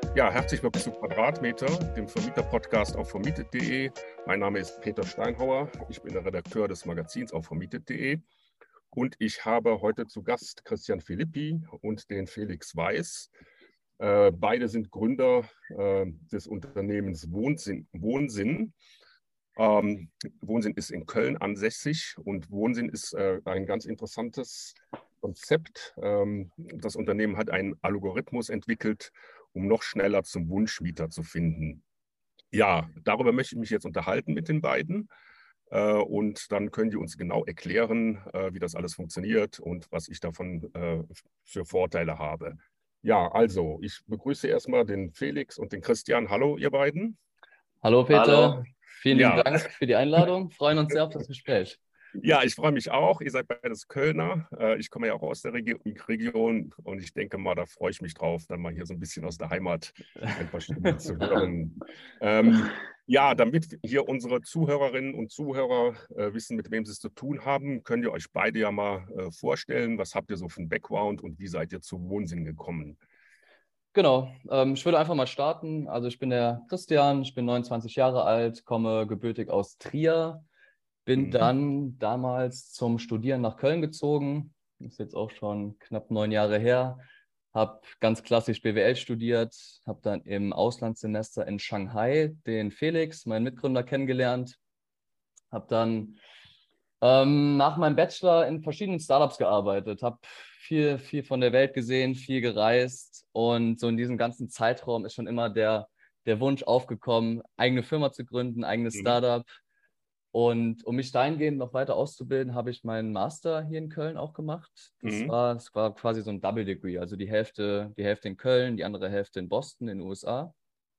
Ja, herzlich willkommen zu Quadratmeter, dem Vermieter-Podcast auf vermietet.de. Mein Name ist Peter Steinhauer, ich bin der Redakteur des Magazins auf vermietet.de und ich habe heute zu Gast Christian Philippi und den Felix Weiß. Beide sind Gründer des Unternehmens Wohnsinn. Wohnsinn ist in Köln ansässig und Wohnsinn ist ein ganz interessantes Konzept. Das Unternehmen hat einen Algorithmus entwickelt, um noch schneller zum Wunschmieter zu finden. Ja, darüber möchte ich mich jetzt unterhalten mit den beiden. Und dann können die uns genau erklären, wie das alles funktioniert und was ich davon für Vorteile habe. Ja, also ich begrüße erstmal den Felix und den Christian. Hallo, ihr beiden. Hallo Hallo. Peter, vielen lieben Ja, Dank für die Einladung. Freuen uns sehr auf das Gespräch. ja, ich freue mich auch. Ihr seid beides Kölner. Ich komme ja auch aus der Region und ich denke mal, da freue ich mich drauf, dann mal hier so ein bisschen aus der Heimat ein paar Stimmen zu hören. Ja, damit hier unsere Zuhörerinnen und Zuhörer wissen, mit wem sie es zu tun haben, könnt ihr euch beide ja mal vorstellen. Was habt ihr so für einen Background und wie seid ihr zu Wohnsinn gekommen? Genau, ich würde einfach mal starten. Also ich bin der Christian, ich bin 29 Jahre alt, komme gebürtig aus Trier, bin dann damals zum Studieren nach Köln gezogen. Das ist jetzt auch schon knapp 9 Jahre her. Habe ganz klassisch BWL studiert, habe dann im Auslandssemester in Shanghai den Felix, meinen Mitgründer, kennengelernt. Habe dann nach meinem Bachelor in verschiedenen Startups gearbeitet, habe viel von der Welt gesehen, viel gereist und so in diesem ganzen Zeitraum ist schon immer der Wunsch aufgekommen, eigene Firma zu gründen, eigenes Mhm. Startup. Und um mich dahingehend noch weiter auszubilden, habe ich meinen Master hier in Köln auch gemacht. Mhm. Das war quasi so ein Double Degree, also die Hälfte in Köln, die andere Hälfte in Boston in den USA.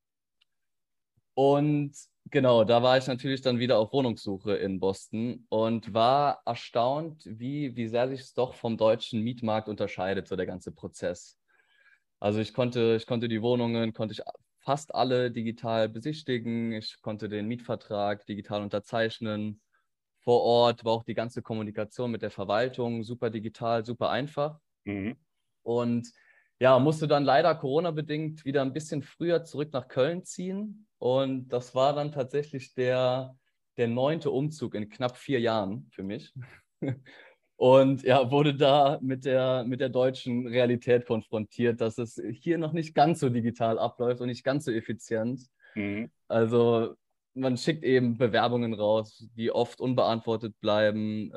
Und genau, da war ich natürlich dann wieder auf Wohnungssuche in Boston und war erstaunt, wie sehr sich es doch vom deutschen Mietmarkt unterscheidet, so der ganze Prozess. Also ich konnte die Wohnungen, konnte ich fast alle digital besichtigen, ich konnte den Mietvertrag digital unterzeichnen. Vor Ort war auch die ganze Kommunikation mit der Verwaltung super digital, super einfach. Mhm. Und ja, musste dann leider Corona-bedingt wieder ein bisschen früher zurück nach Köln ziehen. Und das war dann tatsächlich der 9. Umzug in knapp 4 Jahren für mich. Und ja, wurde da mit der deutschen Realität konfrontiert, dass es hier noch nicht ganz so digital abläuft und nicht ganz so effizient. Mhm. Also man schickt eben Bewerbungen raus, die oft unbeantwortet bleiben.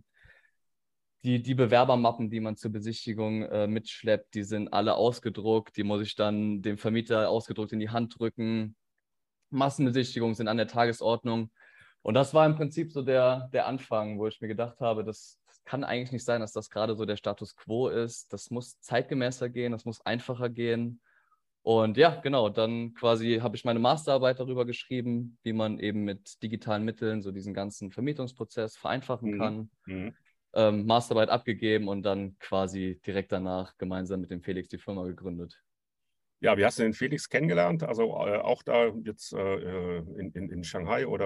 Die Bewerbermappen, die man zur Besichtigung mitschleppt, die sind alle ausgedruckt. Die muss ich dann dem Vermieter ausgedruckt in die Hand drücken. Massenbesichtigungen sind an der Tagesordnung. Und das war im Prinzip so der Anfang, wo ich mir gedacht habe, das kann eigentlich nicht sein, dass das gerade so der Status quo ist. Das muss zeitgemäßer gehen, das muss einfacher gehen. Und ja, genau, dann quasi habe ich meine Masterarbeit darüber geschrieben, wie man eben mit digitalen Mitteln so diesen ganzen Vermietungsprozess vereinfachen Mhm. kann. Mhm. Masterarbeit abgegeben und dann quasi direkt danach gemeinsam mit dem Felix die Firma gegründet. Ja, wie hast du den Felix kennengelernt? Also auch da jetzt in Shanghai oder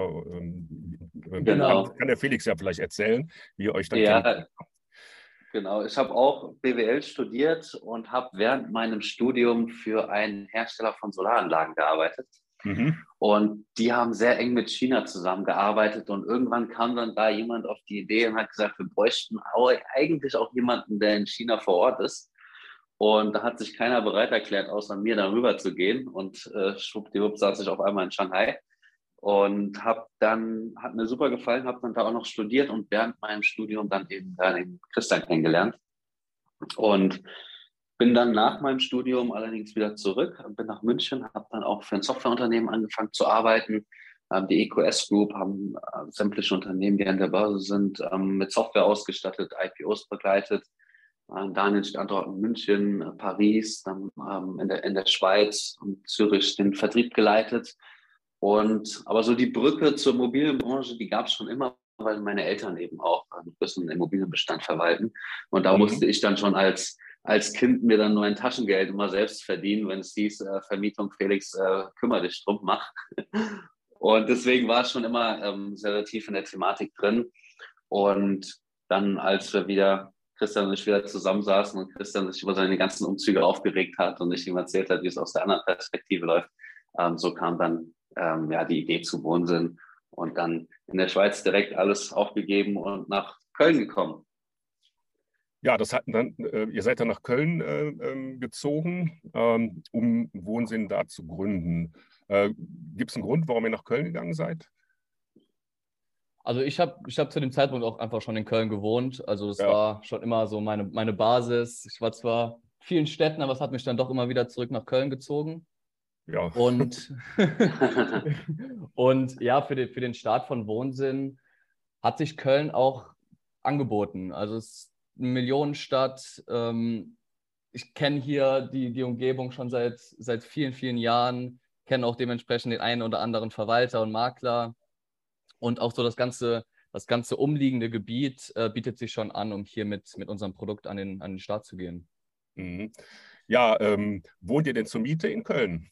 Genau. kann der Felix ja vielleicht erzählen, wie ihr euch dann kennengelernt Ja, genau. Ich habe auch BWL studiert und habe während meinem Studium für einen Hersteller von Solaranlagen gearbeitet. habt. Mhm. Und die haben sehr eng mit China zusammengearbeitet. Und irgendwann kam dann da jemand auf die Idee und hat gesagt, wir bräuchten eigentlich auch jemanden, der in China vor Ort ist. Und da hat sich keiner bereit erklärt, außer mir darüber zu gehen. Und schwuppdiwupp saß ich auf einmal in Shanghai. Und hat mir super gefallen, habe dann da auch noch studiert und während meinem Studium dann eben den Christian kennengelernt. Und bin dann nach meinem Studium allerdings wieder zurück, bin nach München, habe dann auch für ein Softwareunternehmen angefangen zu arbeiten. Die EQS Group haben sämtliche Unternehmen, die an der Börse sind, mit Software ausgestattet, IPOs begleitet. Da in den Standorten München, Paris, dann in der Schweiz und Zürich den Vertrieb geleitet. Aber so die Brücke zur Immobilienbranche, die gab es schon immer, weil meine Eltern eben auch einen größeren Immobilienbestand verwalten. Und da musste Mhm. ich dann schon als Kind mir dann nur ein Taschengeld immer selbst verdienen, wenn es hieß, Vermietung Felix, kümmere dich drum, mach. Und deswegen war es schon immer sehr, sehr tief in der Thematik drin. Und dann, als wir wieder Christian und ich wieder zusammensaßen und Christian sich über seine ganzen Umzüge aufgeregt hat und ich ihm erzählt hat, wie es aus der anderen Perspektive läuft. So kam dann die Idee zu Wohnsinn und dann in der Schweiz direkt alles aufgegeben und nach Köln gekommen. Ja, ihr seid dann nach Köln gezogen, um Wohnsinn da zu gründen. Gibt es einen Grund, warum ihr nach Köln gegangen seid? Also ich hab zu dem Zeitpunkt auch einfach schon in Köln gewohnt. Also das Ja, war schon immer so meine Basis. Ich war zwar in vielen Städten, aber es hat mich dann doch immer wieder zurück nach Köln gezogen. ja. Und, und ja, für den Start von Wohnsinn hat sich Köln auch angeboten. Also es ist eine Millionenstadt. Ich kenne hier die Umgebung schon seit vielen, vielen Jahren, kenne auch dementsprechend den einen oder anderen Verwalter und Makler. Und auch so das ganze umliegende Gebiet bietet sich schon an, um hier mit unserem Produkt an den Start zu gehen. Mhm. Ja, wohnt ihr denn zur Miete in Köln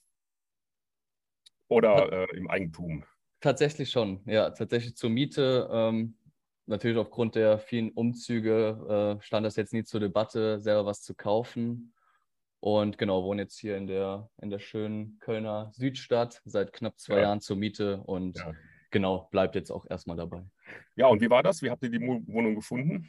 Hat oder im Eigentum? tatsächlich schon, ja, tatsächlich zur Miete. Natürlich aufgrund der vielen Umzüge stand das jetzt nie zur Debatte, selber was zu kaufen. Und genau, wohne jetzt hier in der schönen Kölner Südstadt seit knapp 2 Jahren zur Miete und Ja. genau, bleibt jetzt auch erstmal dabei. Ja, und wie war das? Wie habt ihr die Wohnung gefunden?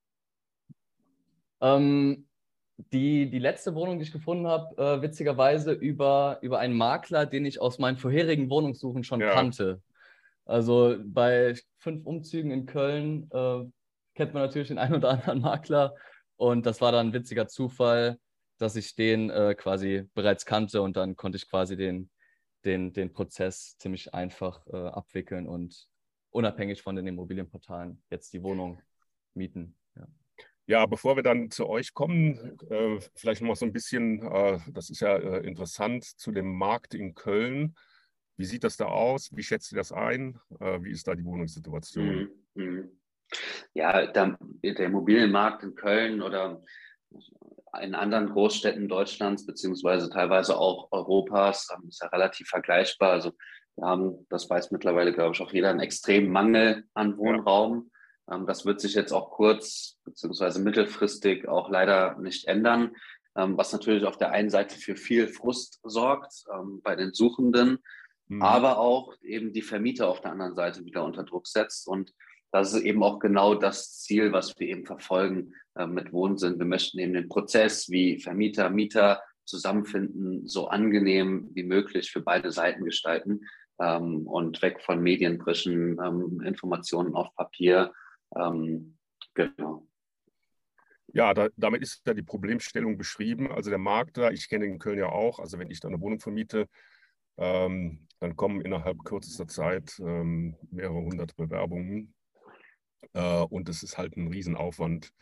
Die letzte Wohnung, die ich gefunden habe, witzigerweise über einen Makler, den ich aus meinen vorherigen Wohnungssuchen schon Ja. kannte. Also bei 5 Umzügen in Köln kennt man natürlich den einen oder anderen Makler. Und das war dann ein witziger Zufall, dass ich den quasi bereits kannte und dann konnte ich quasi den Prozess ziemlich einfach abwickeln und unabhängig von den Immobilienportalen jetzt die Wohnung mieten. Ja. Ja, bevor wir dann zu euch kommen, vielleicht noch mal so ein bisschen, das ist ja interessant, zu dem Markt in Köln. Wie sieht das da aus? Wie schätzt ihr das ein? Wie ist da die Wohnungssituation? Ja, der Immobilienmarkt in Köln oder in anderen Großstädten Deutschlands beziehungsweise teilweise auch Europas ist ja relativ vergleichbar. Also wir haben, das weiß mittlerweile, glaube ich, auch jeder, einen extremen Mangel an Ja. Wohnraum. Das wird sich jetzt auch kurz beziehungsweise mittelfristig auch leider nicht ändern, was natürlich auf der einen Seite für viel Frust sorgt bei den Suchenden, Mhm. aber auch eben die Vermieter auf der anderen Seite wieder unter Druck setzt. Und das ist eben auch genau das Ziel, was wir eben verfolgen mit Wohnsinn. Wir möchten eben den Prozess, wie Vermieter, Mieter zusammenfinden, so angenehm wie möglich für beide Seiten gestalten und weg von Medienbrischen, Informationen auf Papier. Genau. Ja, damit ist ja die Problemstellung beschrieben. Also der Markt da, ich kenne den in Köln ja auch, also wenn ich da eine Wohnung vermiete, dann kommen innerhalb kürzester Zeit mehrere hundert Bewerbungen. Und es ist halt ein Riesenaufwand,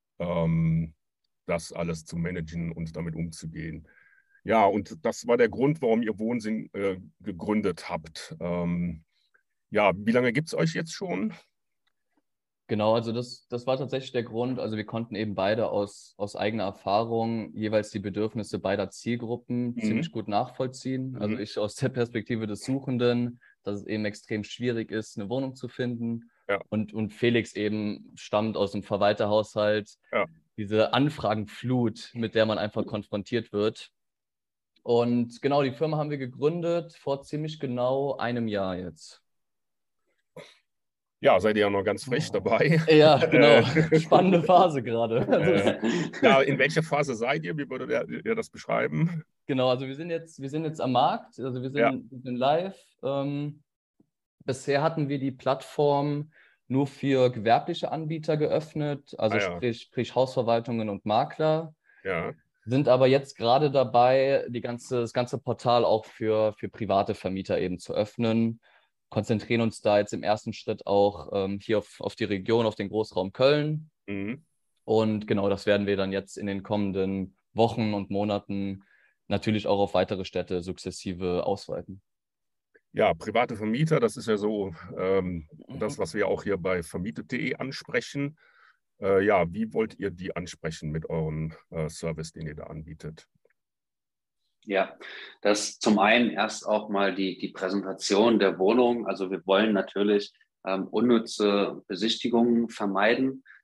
das alles zu managen und damit umzugehen. Ja, und das war der Grund, warum ihr Wohnsinn gegründet habt. Ja, wie lange gibt es euch jetzt schon? Genau, also das war tatsächlich der Grund. Also wir konnten eben beide aus eigener Erfahrung jeweils die Bedürfnisse beider Zielgruppen ziemlich Mhm. gut nachvollziehen. Also Mhm. ich aus der Perspektive des Suchenden, dass es eben extrem schwierig ist, eine Wohnung zu finden. Ja, Und Felix eben stammt aus dem Verwalterhaushalt, ja. diese Anfragenflut, mit der man einfach konfrontiert wird. Und genau, die Firma haben wir gegründet vor ziemlich genau einem Jahr jetzt. Ja, seid ihr ja noch ganz frisch dabei. Ja, genau. Spannende Phase gerade. Also, Ja, in welcher Phase seid ihr? Wie würdet ihr das beschreiben? genau, also wir sind jetzt am Markt, also Ja, wir sind live. Bisher hatten wir die Plattform nur für gewerbliche Anbieter geöffnet, ah also ja, sprich Hausverwaltungen und Makler, ja. sind aber jetzt gerade dabei, das ganze Portal auch für private Vermieter eben zu öffnen. Konzentrieren uns da jetzt im ersten Schritt auch hier auf die Region, auf den Großraum Köln. Mhm. Und genau, das werden wir dann jetzt in den kommenden Wochen und Monaten natürlich auch auf weitere Städte sukzessive ausweiten. Ja, private Vermieter, das ist ja so das, was wir auch hier bei vermietet.de ansprechen. Ja, wie wollt ihr die ansprechen mit eurem Service, den ihr da anbietet? Ja, das zum einen erst auch mal die Präsentation der Wohnung. Also wir wollen natürlich unnütze Besichtigungen vermeiden.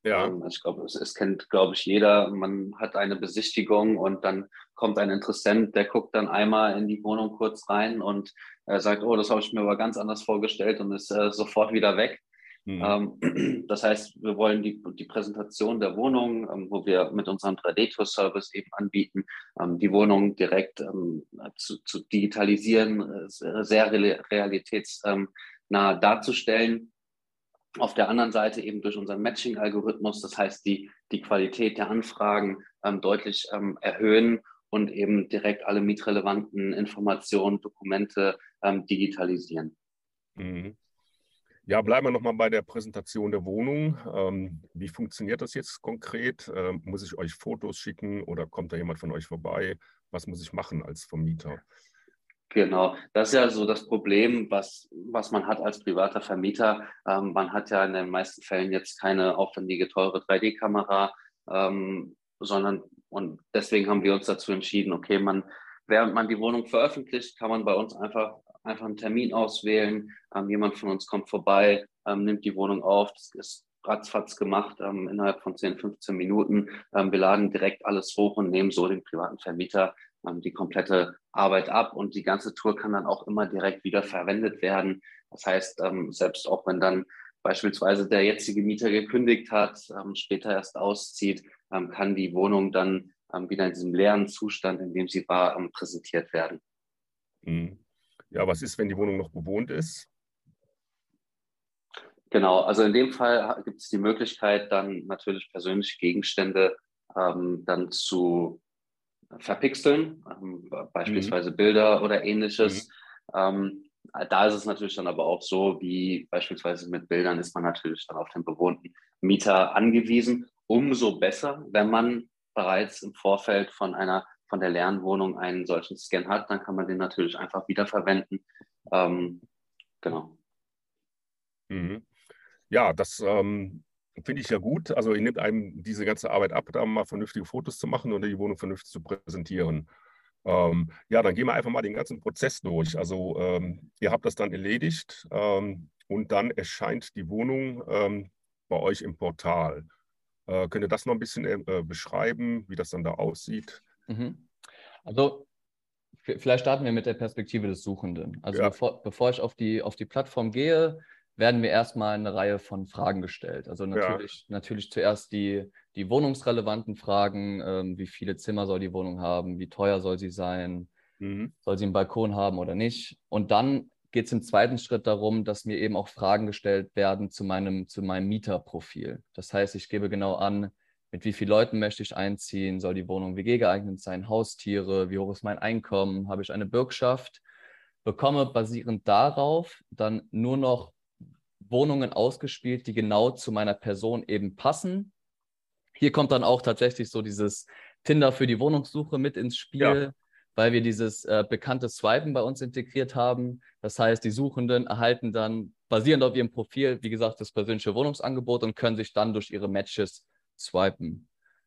Ja. Ich glaube, es kennt, glaube ich, jeder. Man hat eine Besichtigung und dann kommt ein Interessent, der guckt dann einmal in die Wohnung kurz rein und sagt, oh, das habe ich mir aber ganz anders vorgestellt und ist sofort wieder weg. Mhm. Das heißt, wir wollen die Präsentation der Wohnung, wo wir mit unserem 3D-Tour-Service eben anbieten, die Wohnung direkt zu digitalisieren, sehr realitätsnah darzustellen. Auf der anderen Seite eben durch unseren Matching-Algorithmus, das heißt, die Qualität der Anfragen deutlich erhöhen und eben direkt alle mietrelevanten Informationen, Dokumente digitalisieren. Mhm. Ja, bleiben wir nochmal bei der Präsentation der Wohnung. Wie funktioniert das jetzt konkret? Muss ich euch Fotos schicken oder kommt da jemand von euch vorbei? Was muss ich machen als Vermieter? Genau, das ist ja so das Problem, was man hat als privater Vermieter. Man hat ja in den meisten Fällen jetzt keine aufwendige, teure 3D-Kamera, sondern, und deswegen haben wir uns dazu entschieden, okay, während man die Wohnung veröffentlicht, kann man bei uns einfach einen Termin auswählen. Jemand von uns kommt vorbei, nimmt die Wohnung auf. Das ist ratzfatz gemacht, innerhalb von 10, 15 Minuten. Wir laden direkt alles hoch und nehmen so den privaten Vermieter die komplette Arbeit ab und die ganze Tour kann dann auch immer direkt wieder verwendet werden. Das heißt, selbst auch wenn dann beispielsweise der jetzige Mieter gekündigt hat, später erst auszieht, kann die Wohnung dann wieder in diesem leeren Zustand, in dem sie war, präsentiert werden. Mhm. Ja, was ist, wenn die Wohnung noch bewohnt ist? Genau, also in dem Fall gibt es die Möglichkeit, dann natürlich persönliche Gegenstände dann zu verpixeln, Mhm. beispielsweise Bilder oder Mhm. ähnliches. Da ist es natürlich dann aber auch so, wie beispielsweise mit Bildern ist man natürlich dann auf den bewohnten Mieter angewiesen. Umso besser, wenn man bereits im Vorfeld von der leeren Wohnung einen solchen Scan hat, dann kann man den natürlich einfach wiederverwenden. Genau. Mhm. Ja, das finde ich ja gut. Also ihr nehmt einem diese ganze Arbeit ab, da mal vernünftige Fotos zu machen und die Wohnung vernünftig zu präsentieren. Ja, dann gehen wir einfach mal den ganzen Prozess durch. Also ihr habt das dann erledigt und dann erscheint die Wohnung bei euch im Portal. Könnt ihr das noch ein bisschen beschreiben, wie das dann da aussieht? Mhm. Also vielleicht starten wir mit der Perspektive des Suchenden. Also Ja, bevor ich auf die Plattform gehe, werden mir erstmal eine Reihe von Fragen gestellt. Also ja, natürlich zuerst die wohnungsrelevanten Fragen, wie viele Zimmer soll die Wohnung haben, wie teuer soll sie sein, mhm. soll sie einen Balkon haben oder nicht. Und dann geht es im zweiten Schritt darum, dass mir eben auch Fragen gestellt werden zu meinem Mieterprofil. Das heißt, ich gebe genau an, mit wie vielen Leuten möchte ich einziehen, soll die Wohnung WG geeignet sein, Haustiere, wie hoch ist mein Einkommen, habe ich eine Bürgschaft, bekomme basierend darauf dann nur noch Wohnungen ausgespielt, die genau zu meiner Person eben passen. Hier kommt dann auch tatsächlich so dieses Tinder für die Wohnungssuche mit ins Ja, Spiel, weil wir dieses bekannte Swipen bei uns integriert haben. Das heißt, die Suchenden erhalten dann basierend auf ihrem Profil, wie gesagt, das persönliche Wohnungsangebot und können sich dann durch ihre Matches swipen.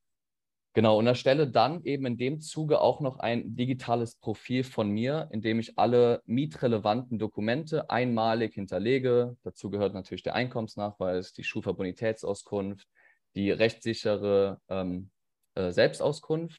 Genau, und erstelle dann eben in dem Zuge auch noch ein digitales Profil von mir, in dem ich alle mietrelevanten Dokumente einmalig hinterlege. Dazu gehört natürlich der Einkommensnachweis, die Schufa-Bonitätsauskunft, die rechtssichere Selbstauskunft.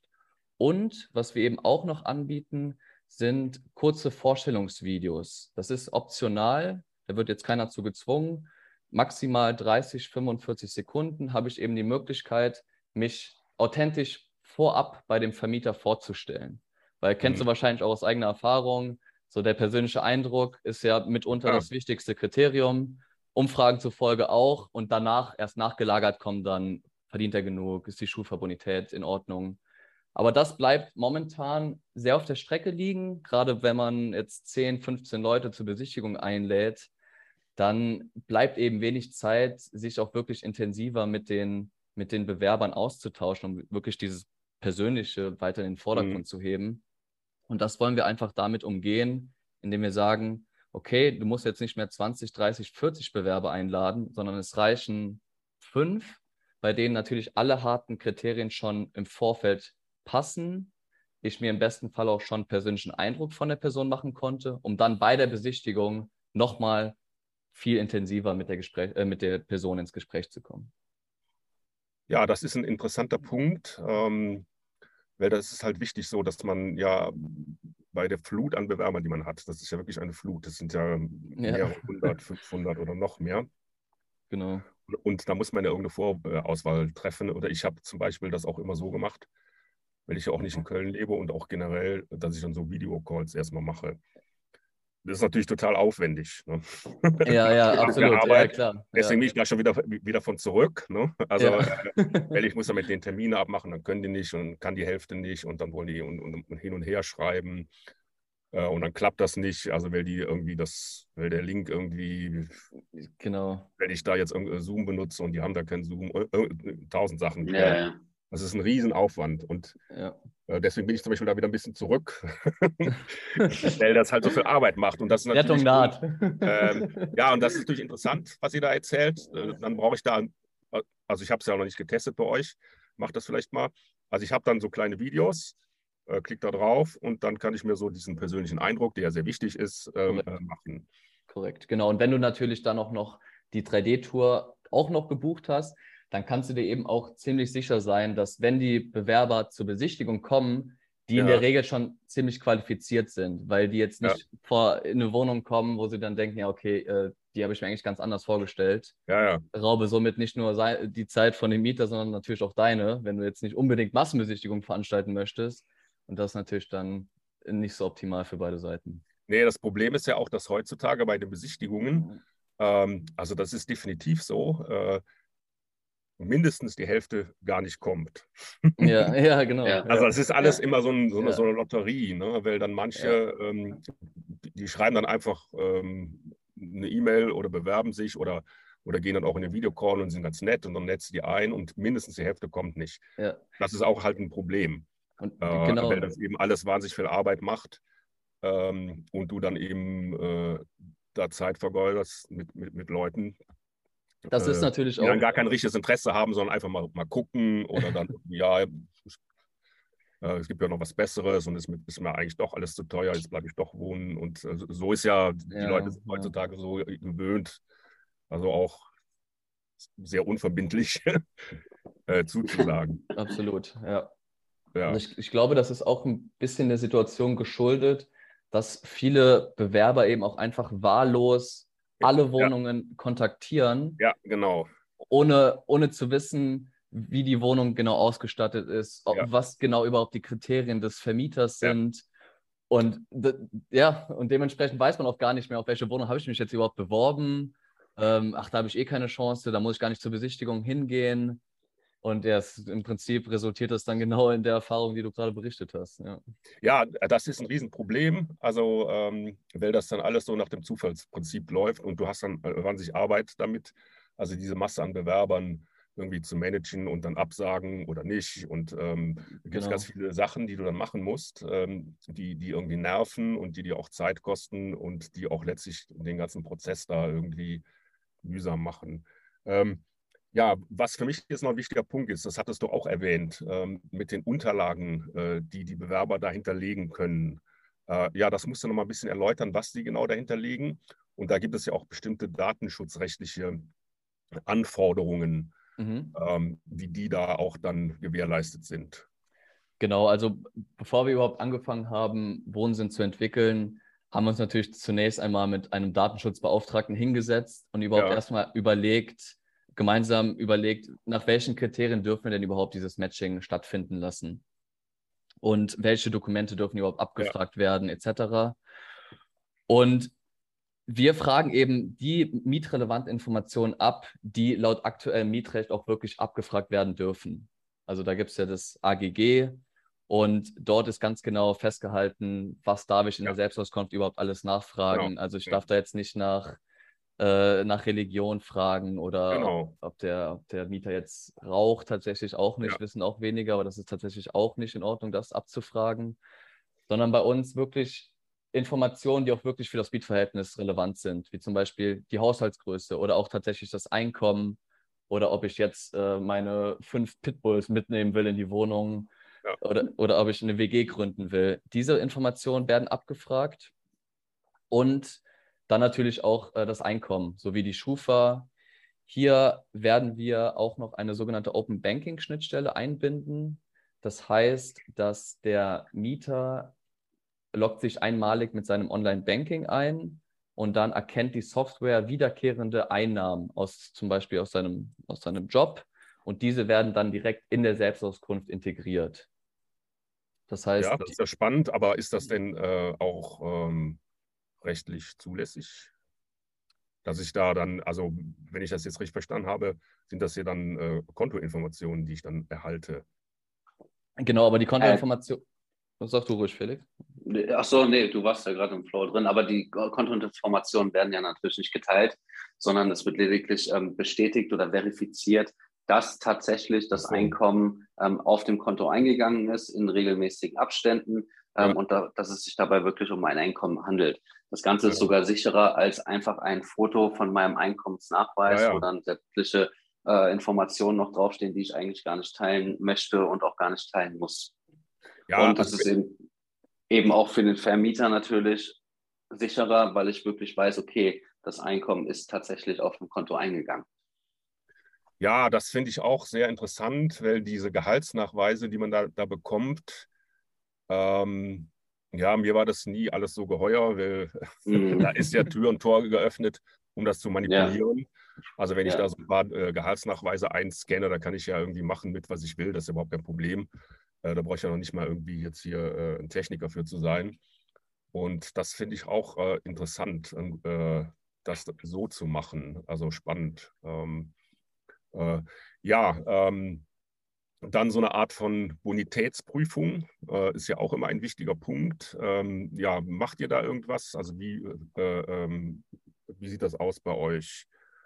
Und was wir eben auch noch anbieten, sind kurze Vorstellungsvideos. Das ist optional, da wird jetzt keiner zu gezwungen. Maximal 30, 45 Sekunden habe ich eben die Möglichkeit, mich authentisch vorab bei dem Vermieter vorzustellen. Weil kennst mhm. du wahrscheinlich auch aus eigener Erfahrung, so der persönliche Eindruck ist ja mitunter Ja, das wichtigste Kriterium. Umfragen zufolge auch und danach erst nachgelagert kommen dann, verdient er genug, ist die Schulverbonität in Ordnung. Aber das bleibt momentan sehr auf der Strecke liegen, gerade wenn man jetzt 10, 15 Leute zur Besichtigung einlädt, dann bleibt eben wenig Zeit, sich auch wirklich intensiver mit den Bewerbern auszutauschen, um wirklich dieses Persönliche weiter in den mhm. Vordergrund zu heben. Und das wollen wir einfach damit umgehen, indem wir sagen, okay, du musst jetzt nicht mehr 20, 30, 40 Bewerber einladen, sondern es reichen 5, bei denen natürlich alle harten Kriterien schon im Vorfeld passen. Ich mir im besten Fall auch schon persönlichen Eindruck von der Person machen konnte, um dann bei der Besichtigung nochmal viel intensiver mit der Person ins Gespräch zu kommen. Ja, das ist ein interessanter Punkt, weil das ist halt wichtig so, dass man ja bei der Flut an Bewerbern, die man hat, das ist ja wirklich eine Flut, das sind ja Ja, mehrere hundert, 500 oder noch mehr. genau. Und da muss man ja irgendeine Vorauswahl treffen. Oder ich habe zum Beispiel das auch immer so gemacht, weil ich ja auch nicht in Köln lebe und auch generell, dass ich dann so Videocalls erstmal mache. Das ist natürlich total aufwendig. Ne? Ja, ja, Der absolut. Ja, Arbeit. klar. Deswegen Ja. bin ich da schon wieder von zurück. Ne? Also, Ja. weil ich muss damit den Termine abmachen, dann können die nicht und kann die Hälfte nicht und dann wollen die und hin und her schreiben. Und dann klappt das nicht, also weil der Link irgendwie, Genau. wenn ich da jetzt Zoom benutze und die haben da kein Zoom, 1000 Sachen. Ja, ja. Das ist ein Riesenaufwand und Ja. deswegen bin ich zum Beispiel da wieder ein bisschen zurück, weil das halt so viel Arbeit macht und das ist Rettung natürlich gut. naht. Ja, und das ist natürlich interessant, was ihr da erzählt. Dann brauche ich da, also ich habe es ja noch nicht getestet bei euch, macht das vielleicht mal. Also ich habe dann so kleine Videos, klick da drauf und dann kann ich mir so diesen persönlichen Eindruck, der ja sehr wichtig ist, Korrekt. machen. Korrekt, genau. Und wenn du natürlich dann auch noch die 3D-Tour auch noch gebucht hast, dann kannst du dir eben auch ziemlich sicher sein, dass wenn die Bewerber zur Besichtigung kommen, die in der Ja, Regel schon ziemlich qualifiziert sind, weil die jetzt ja, nicht in eine Wohnung kommen, wo sie dann denken, ja, okay, die habe ich mir eigentlich ganz anders vorgestellt. ja, ja. Raube somit nicht nur die Zeit von dem Mieter, sondern natürlich auch deine, wenn du jetzt nicht unbedingt Massenbesichtigung veranstalten möchtest. Und das ist natürlich dann nicht so optimal für beide Seiten. Nee, das Problem ist ja auch, dass heutzutage bei den Besichtigungen, also das ist definitiv so, mindestens die Hälfte gar nicht kommt. Ja, ja, genau. Ja, Also Ja, es ist alles ja, immer so eine ja, Lotterie, ne? Weil dann manche, ja. die schreiben dann einfach eine E-Mail oder bewerben sich oder gehen dann auch in den Videocall und sind ganz nett und dann netzt die ein und mindestens die Hälfte kommt nicht. Ja. Das ist auch halt ein Problem, Und weil genau, das eben alles wahnsinnig viel Arbeit macht und du dann eben da Zeit vergeudest mit Leuten, das ist natürlich die dann auch, gar kein richtiges Interesse haben, sondern einfach mal gucken oder dann, ja, es gibt ja noch was Besseres und es ist mir eigentlich doch alles zu teuer, jetzt bleibe ich doch wohnen. Und so ist ja, die Leute ja, sind ja, heutzutage so gewöhnt, also auch sehr unverbindlich zuzusagen. absolut, ja. Also Ja, ich glaube, das ist auch ein bisschen der Situation geschuldet, dass viele Bewerber eben auch einfach wahllos alle ja, Wohnungen kontaktieren, ja, genau. ohne zu wissen, wie die Wohnung genau ausgestattet ist, Ja, was genau überhaupt die Kriterien des Vermieters ja, sind. Und ja, und dementsprechend weiß man auch gar nicht mehr, auf welche Wohnung habe ich mich jetzt überhaupt beworben. Ach, da habe ich eh keine Chance, da muss ich gar nicht zur Besichtigung hingehen. Und ja, im Prinzip resultiert das dann genau in der Erfahrung, die du gerade berichtet hast. Ja, ja, das ist ein Riesenproblem. Also, weil das dann alles so nach dem Zufallsprinzip läuft und du hast dann wahnsinnig Arbeit damit, also diese Masse an Bewerbern irgendwie zu managen und dann absagen oder nicht. Und da gibt es ganz genau. viele Sachen, die du dann machen musst, die irgendwie nerven und die dir auch Zeit kosten und die auch letztlich den ganzen Prozess da irgendwie mühsam machen. Ja, was für mich jetzt noch ein wichtiger Punkt ist, das hattest du auch erwähnt, mit den Unterlagen, die die Bewerber dahinter legen können. Ja, das musst du noch mal ein bisschen erläutern, was die genau dahinter legen. Und da gibt es ja auch bestimmte datenschutzrechtliche Anforderungen, Mhm. wie die da auch dann gewährleistet sind. Genau, also bevor wir überhaupt angefangen haben, Wohnsinn zu entwickeln, haben wir uns natürlich zunächst einmal mit einem Datenschutzbeauftragten hingesetzt und überhaupt Ja, erstmal gemeinsam überlegt, nach welchen Kriterien dürfen wir denn überhaupt dieses Matching stattfinden lassen und welche Dokumente dürfen überhaupt ja, abgefragt werden, etc. Und wir fragen eben die mietrelevanten Informationen ab, die laut aktuellem Mietrecht auch wirklich abgefragt werden dürfen. Also da gibt es ja das AGG und dort ist ganz genau festgehalten, was darf ich in ja, der Selbstauskunft überhaupt alles genau. nachfragen. Also ich Ja, darf da jetzt nicht nach Religion fragen oder genau. ob der Mieter jetzt raucht, tatsächlich auch Ja, nicht, wissen auch weniger, aber das ist tatsächlich auch nicht in Ordnung, das abzufragen, sondern bei uns wirklich Informationen, die auch wirklich für das Mietverhältnis relevant sind, wie zum Beispiel die Haushaltsgröße oder auch tatsächlich das Einkommen oder ob ich jetzt meine 5 Pitbulls mitnehmen will in die Wohnung ja, oder ob ich eine WG gründen will. Diese Informationen werden abgefragt und dann natürlich auch das Einkommen, sowie die Schufa, Hier werden wir auch noch eine sogenannte Open Banking Schnittstelle einbinden. Das heißt, dass der Mieter loggt sich einmalig mit seinem Online-Banking ein und dann erkennt die Software wiederkehrende Einnahmen zum Beispiel aus seinem Job, und diese werden dann direkt in der Selbstauskunft integriert. Das heißt, Ja, das ist ja spannend, aber ist das denn auch rechtlich zulässig? Dass ich da dann, also wenn ich das jetzt richtig verstanden habe, sind das hier dann Kontoinformationen, die ich dann erhalte. genau, aber die Kontoinformation, sag du ruhig, Felix. Ach so, nee, du warst ja gerade im Flow drin, aber die Kontoinformationen werden ja natürlich nicht geteilt, sondern es wird lediglich bestätigt oder verifiziert, dass tatsächlich das Einkommen auf dem Konto eingegangen ist in regelmäßigen Abständen und dass es sich dabei wirklich um ein Einkommen handelt. Das Ganze ist sogar sicherer als einfach ein Foto von meinem Einkommensnachweis, wo dann sämtliche Informationen noch draufstehen, die ich eigentlich gar nicht teilen möchte und auch gar nicht teilen muss. Ja, und das ist eben auch für den Vermieter natürlich sicherer, weil ich wirklich weiß, okay, das Einkommen ist tatsächlich auf dem Konto eingegangen. Ja, das finde ich auch sehr interessant, weil diese Gehaltsnachweise, die man da bekommt, ja, mir war das nie alles so geheuer, weil da ist ja Tür und Tor geöffnet, um das zu manipulieren. Ja. Also wenn ich da so ein paar Gehaltsnachweise einscanne, da kann ich ja irgendwie machen mit, was ich will, das ist überhaupt kein Problem. Da brauche ich ja noch nicht mal irgendwie jetzt hier ein Techniker für zu sein. Und das finde ich auch interessant, das so zu machen. Also spannend. Dann so eine Art von Bonitätsprüfung ist ja auch immer ein wichtiger Punkt. Ja, macht ihr da irgendwas? Also wie sieht das aus bei euch?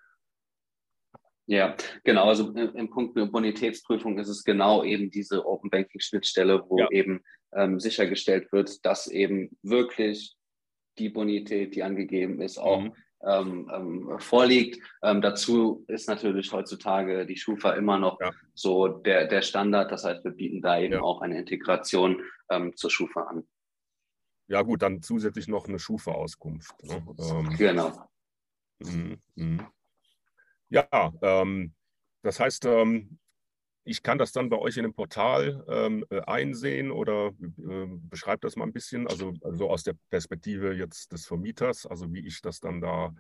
Ja, genau. Also im Punkt Bonitätsprüfung ist es genau eben diese Open Banking Schnittstelle, wo eben sichergestellt wird, dass eben wirklich die Bonität, die angegeben ist, auch vorliegt. Dazu ist natürlich heutzutage die Schufa immer noch so der Standard. Das heißt, wir bieten da eben auch eine Integration zur Schufa an. Ja gut, dann zusätzlich noch eine Schufa-Auskunft. Ne? Genau. Ja, das heißt, ich kann das dann bei euch in dem Portal einsehen oder beschreibt das mal ein bisschen, also aus der Perspektive jetzt des Vermieters, also wie ich das dann da,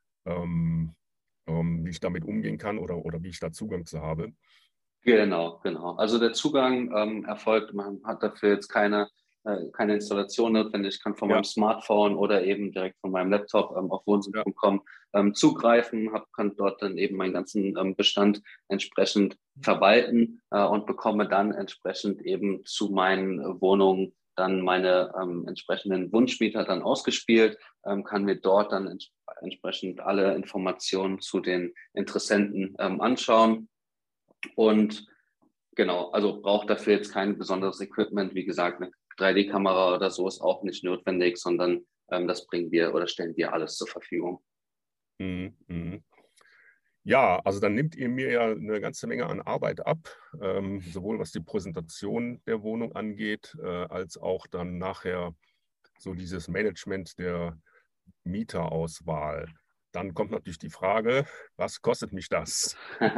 wie ich damit umgehen kann oder wie ich da Zugang zu habe. Genau. Also der Zugang erfolgt, man hat dafür jetzt keine Installation notwendig. Ich kann von meinem Smartphone oder eben direkt von meinem Laptop auf wohnsinn.com zugreifen, kann dort dann eben meinen ganzen Bestand entsprechend verwalten und bekomme dann entsprechend eben zu meinen Wohnungen dann meine entsprechenden Wunschmieter dann ausgespielt, kann mir dort dann entsprechend alle Informationen zu den Interessenten anschauen. Und genau, also braucht dafür jetzt kein besonderes Equipment. Wie gesagt, eine 3D-Kamera oder so ist auch nicht notwendig, sondern das bringen wir oder stellen wir alles zur Verfügung. Ja, also dann nimmt ihr mir ja eine ganze Menge an Arbeit ab, sowohl was die Präsentation der Wohnung angeht, als auch dann nachher so dieses Management der Mieterauswahl. Dann kommt natürlich die Frage, was kostet mich das?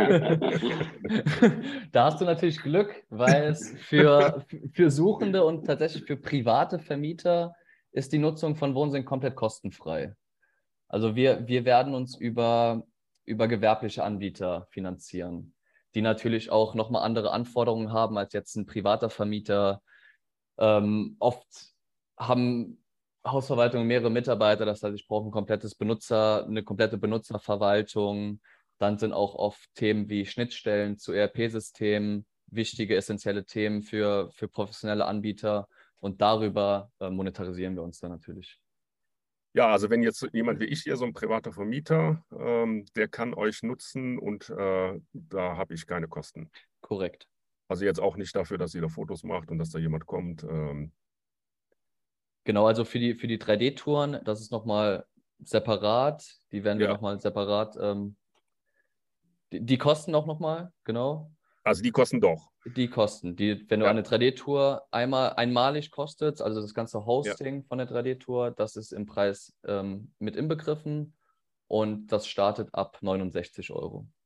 Da hast du natürlich Glück, weil es für Suchende und tatsächlich für private Vermieter ist die Nutzung von Wohnsinn komplett kostenfrei. Also wir werden uns über gewerbliche Anbieter finanzieren, die natürlich auch nochmal andere Anforderungen haben als jetzt ein privater Vermieter. Oft haben Hausverwaltungen mehrere Mitarbeiter, das heißt, ich brauche eine komplette Benutzerverwaltung. Dann sind auch oft Themen wie Schnittstellen zu ERP-Systemen wichtige, essentielle Themen für professionelle Anbieter, und darüber monetarisieren wir uns dann natürlich. Ja, also wenn jetzt jemand wie ich hier, so ein privater Vermieter, der kann euch nutzen und da habe ich keine Kosten. Korrekt. Also jetzt auch nicht dafür, dass ihr da Fotos macht und dass da jemand kommt. Genau, also für die 3D-Touren, das ist nochmal separat. Die werden wir nochmal separat. Die kosten auch nochmal, genau. Also die kosten doch. Die kosten. Wenn du eine 3D-Tour einmalig kostet, also das ganze Hosting von der 3D-Tour, das ist im Preis mit inbegriffen und das startet ab 69 €.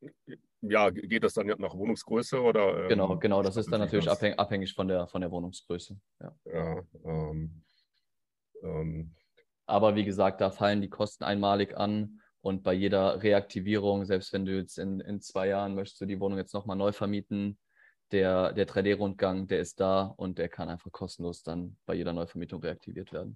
ja, geht das dann nach Wohnungsgröße oder? Genau, das ist dann natürlich abhängig von der Wohnungsgröße. Ja. Ja, Aber wie gesagt, da fallen die Kosten einmalig an und bei jeder Reaktivierung, selbst wenn du jetzt in 2 Jahren möchtest du die Wohnung jetzt nochmal neu vermieten, der 3D-Rundgang, der ist da und der kann einfach kostenlos dann bei jeder Neuvermietung reaktiviert werden.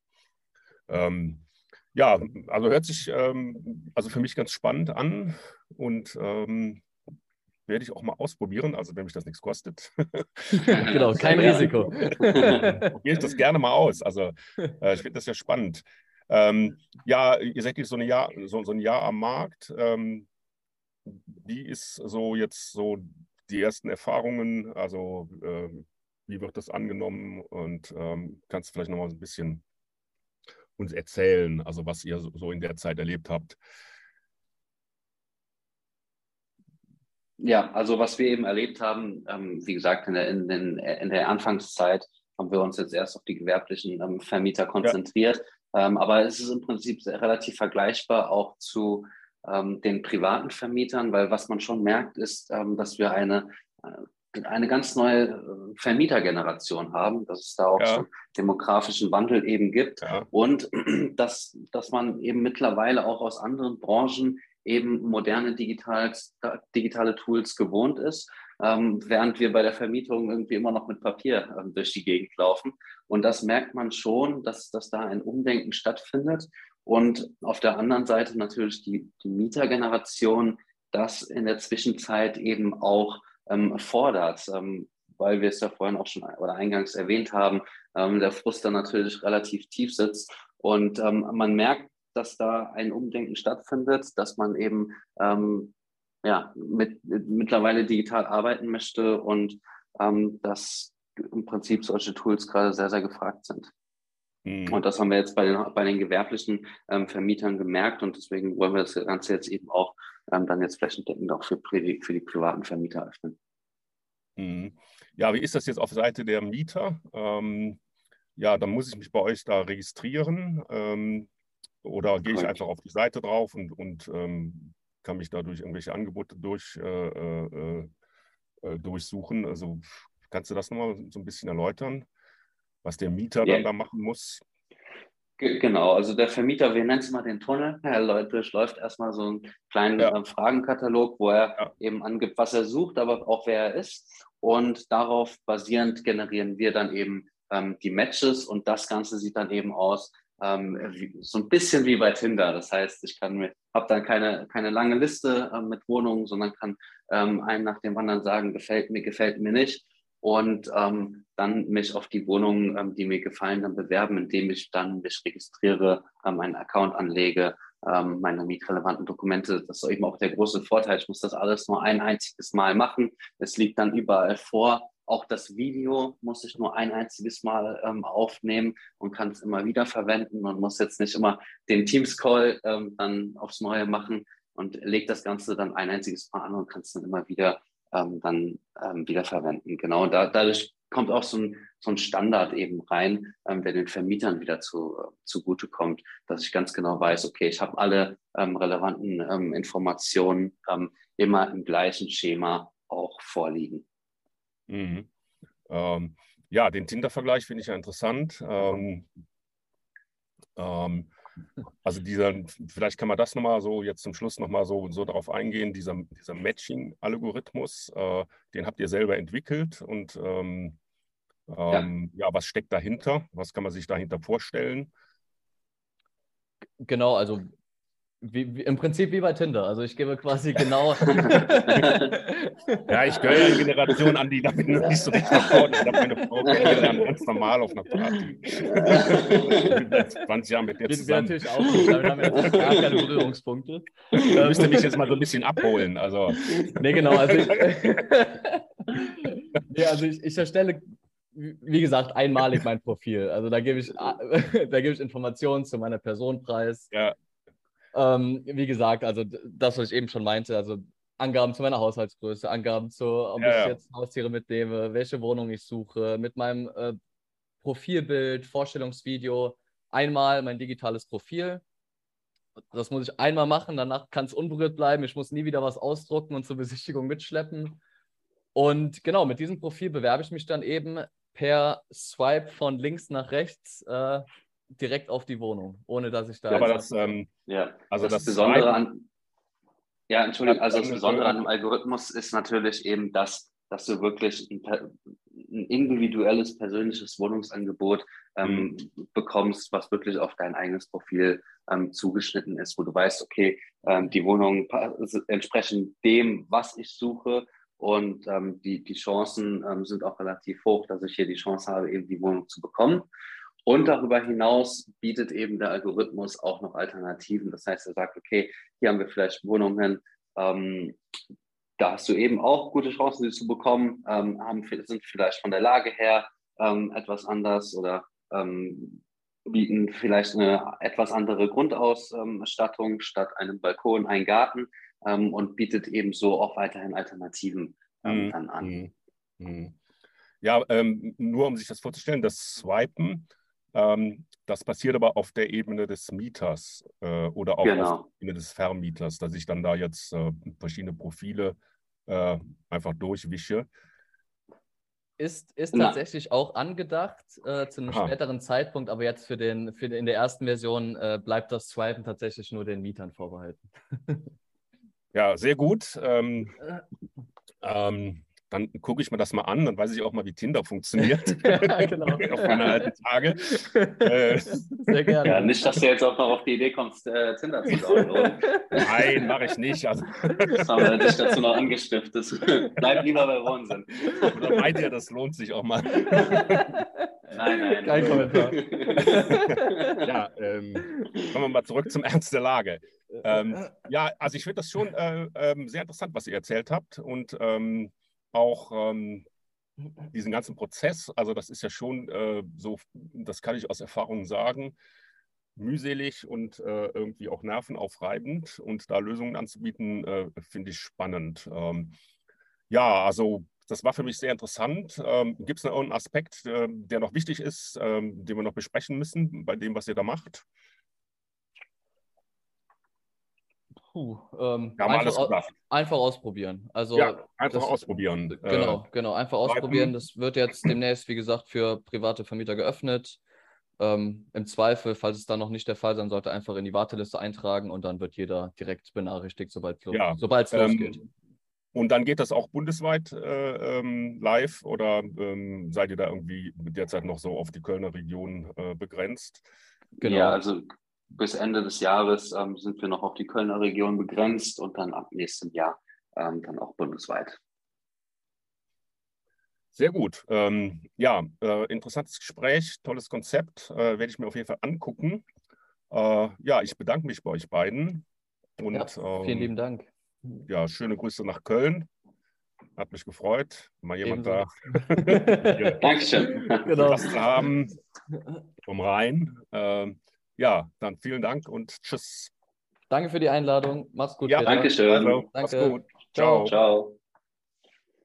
ja, also hört sich also für mich ganz spannend an und werde ich auch mal ausprobieren, also wenn mich das nichts kostet. Genau, kein Risiko. Probiere ich das gerne mal aus. Also ich finde das ja spannend. Ja, ihr seid jetzt so ein Jahr am Markt. Wie ist so jetzt so die ersten Erfahrungen? Also wie wird das angenommen? Und kannst du vielleicht noch mal ein bisschen uns erzählen, also was ihr so in der Zeit erlebt habt? Ja, also was wir eben erlebt haben, wie gesagt, in der Anfangszeit haben wir uns jetzt erst auf die gewerblichen Vermieter konzentriert. Aber es ist im Prinzip relativ vergleichbar auch zu den privaten Vermietern, weil was man schon merkt, ist, dass wir eine ganz neue Vermietergeneration haben, dass es da auch so einen demografischen Wandel eben gibt und dass man eben mittlerweile auch aus anderen Branchen eben moderne digitale Tools gewohnt ist, während wir bei der Vermietung irgendwie immer noch mit Papier durch die Gegend laufen. Und das merkt man schon, dass da ein Umdenken stattfindet. Und auf der anderen Seite natürlich die Mietergeneration das in der Zwischenzeit eben auch fordert, weil wir es ja vorhin auch schon oder eingangs erwähnt haben, der Frust dann natürlich relativ tief sitzt. Und man merkt, dass da ein Umdenken stattfindet, dass man eben mittlerweile digital arbeiten möchte und dass im Prinzip solche Tools gerade sehr, sehr gefragt sind. Und das haben wir jetzt bei den gewerblichen Vermietern gemerkt und deswegen wollen wir das Ganze jetzt eben auch dann jetzt flächendeckend auch für die privaten Vermieter öffnen. Ja, wie ist das jetzt auf Seite der Mieter? Ja, dann muss ich mich bei euch da registrieren. Oder gehe ich einfach auf die Seite drauf und kann mich da durch irgendwelche Angebote durchsuchen? Also kannst du das nochmal so ein bisschen erläutern, was der Mieter dann da machen muss? Genau, also der Vermieter, wir nennen es mal den Tunnel. Er durchläuft erstmal so einen kleinen Fragenkatalog, wo er eben angibt, was er sucht, aber auch wer er ist. Und darauf basierend generieren wir dann eben die Matches und das Ganze sieht dann eben aus, so ein bisschen wie bei Tinder. Das heißt, ich habe dann keine lange Liste mit Wohnungen, sondern kann einen nach dem anderen sagen, gefällt mir nicht. Und dann mich auf die Wohnungen, die mir gefallen, dann bewerben, indem ich dann mich registriere, meinen Account anlege, meine mietrelevanten Dokumente. Das ist eben auch der große Vorteil. Ich muss das alles nur ein einziges Mal machen. Es liegt dann überall vor. Auch das Video muss ich nur ein einziges Mal aufnehmen und kann es immer wieder verwenden und muss jetzt nicht immer den Teams-Call dann aufs Neue machen und lege das Ganze dann ein einziges Mal an und kann es dann immer wieder wieder verwenden. Genau, dadurch kommt auch so ein Standard eben rein, der den Vermietern wieder zugute kommt, dass ich ganz genau weiß, okay, ich habe alle relevanten Informationen immer im gleichen Schema auch vorliegen. Ja, den Tinder-Vergleich finde ich ja interessant. Also vielleicht kann man das nochmal so jetzt zum Schluss nochmal so darauf eingehen, dieser Matching-Algorithmus, den habt ihr selber entwickelt und was steckt dahinter? Was kann man sich dahinter vorstellen? Genau, also im Prinzip wie bei Tinder. Also ich gebe quasi genau. Ja, ich gehöre ja eine Generation an, die damit noch nicht so richtig vertraut. Ich habe meine Frau kennengelernt, ganz normal auf einer Party. Seit 20 Jahren mit der zusammen. Wir natürlich auch nicht, damit haben wir natürlich gar keine Berührungspunkte. Müsste mich jetzt mal so ein bisschen abholen. Also. Nee, genau. Also ich erstelle, wie gesagt, einmalig mein Profil. Also da gebe ich Informationen zu meiner Person preis. Ja. Wie gesagt, also das, was ich eben schon meinte, also Angaben zu meiner Haushaltsgröße, Angaben zu, ob ich jetzt Haustiere mitnehme, welche Wohnung ich suche, mit meinem Profilbild, Vorstellungsvideo, einmal mein digitales Profil das muss ich einmal machen, danach kann es unberührt bleiben. Ich muss nie wieder was ausdrucken und zur Besichtigung mitschleppen. Und genau, mit diesem Profil bewerbe ich mich dann eben per Swipe von links nach rechts direkt auf die Wohnung, ohne dass ich da... Aber das, Ja, also das das Besondere an, ja, Entschuldigung, also das Besondere an Entschuldigung. dem Algorithmus ist natürlich eben, dass du wirklich ein individuelles, persönliches Wohnungsangebot bekommst, was wirklich auf dein eigenes Profil zugeschnitten ist, wo du weißt, okay, die Wohnungen entsprechen dem, was ich suche, und die Chancen sind auch relativ hoch, dass ich hier die Chance habe, eben die Wohnung zu bekommen. Und darüber hinaus bietet eben der Algorithmus auch noch Alternativen. Das heißt, er sagt, okay, hier haben wir vielleicht Wohnungen, da hast du eben auch gute Chancen, sie zu bekommen, sind vielleicht von der Lage her etwas anders oder bieten vielleicht eine etwas andere Grundausstattung statt einem Balkon, einen Garten, und bietet eben so auch weiterhin Alternativen dann an. Ja, nur um sich das vorzustellen, das Swipen, das passiert aber auf der Ebene des Mieters oder auch auf der Ebene des Vermieters, dass ich dann da jetzt verschiedene Profile einfach durchwische. Ist tatsächlich auch angedacht zu einem späteren Zeitpunkt, aber jetzt in der ersten Version bleibt das Swipen tatsächlich nur den Mietern vorbehalten. Ja, sehr gut. Dann gucke ich mir das mal an, dann weiß ich auch mal, wie Tinder funktioniert. Ja, genau. Auf meine alten Tage. Sehr gerne. Ja, nicht, dass du jetzt auch noch auf die Idee kommst, Tinder zu downloaden. Nein, mache ich nicht. Also. Das haben wir dich dazu noch angestiftet. Bleib lieber bei Wohnsinn. Oder meint ihr, das lohnt sich auch mal? Nein. Kein Kommentar. Ja, kommen wir mal zurück zum Ernst der Lage. Ja, also ich finde das schon sehr interessant, was ihr erzählt habt, und auch diesen ganzen Prozess, also das ist ja schon so, das kann ich aus Erfahrung sagen, mühselig und irgendwie auch nervenaufreibend, und da Lösungen anzubieten, finde ich spannend. Ja, also das war für mich sehr interessant. Gibt es noch irgendeinen Aspekt, der noch wichtig ist, den wir noch besprechen müssen bei dem, was ihr da macht? Einfach ausprobieren. Also ja, einfach ausprobieren. Genau, einfach ausprobieren. Das wird jetzt demnächst, wie gesagt, für private Vermieter geöffnet. Im Zweifel, falls es dann noch nicht der Fall sein sollte, einfach in die Warteliste eintragen, und dann wird jeder direkt benachrichtigt, sobald es losgeht. Und dann geht das auch bundesweit live, oder seid ihr da irgendwie derzeit noch so auf die Kölner Region begrenzt? Genau. Ja, also bis Ende des Jahres sind wir noch auf die Kölner Region begrenzt, und dann ab nächstem Jahr dann auch bundesweit. Sehr gut. Interessantes Gespräch, tolles Konzept, werde ich mir auf jeden Fall angucken. Ja, ich bedanke mich bei euch beiden. Und, ja, vielen lieben Dank. Ja, schöne Grüße nach Köln. Hat mich gefreut, mal jemand da Dankeschön. zu haben vom Rhein. Ja, dann vielen Dank und tschüss. Danke für die Einladung. Mach's gut. Ja, Dankeschön. Also, mach's gut. Ciao. Ciao.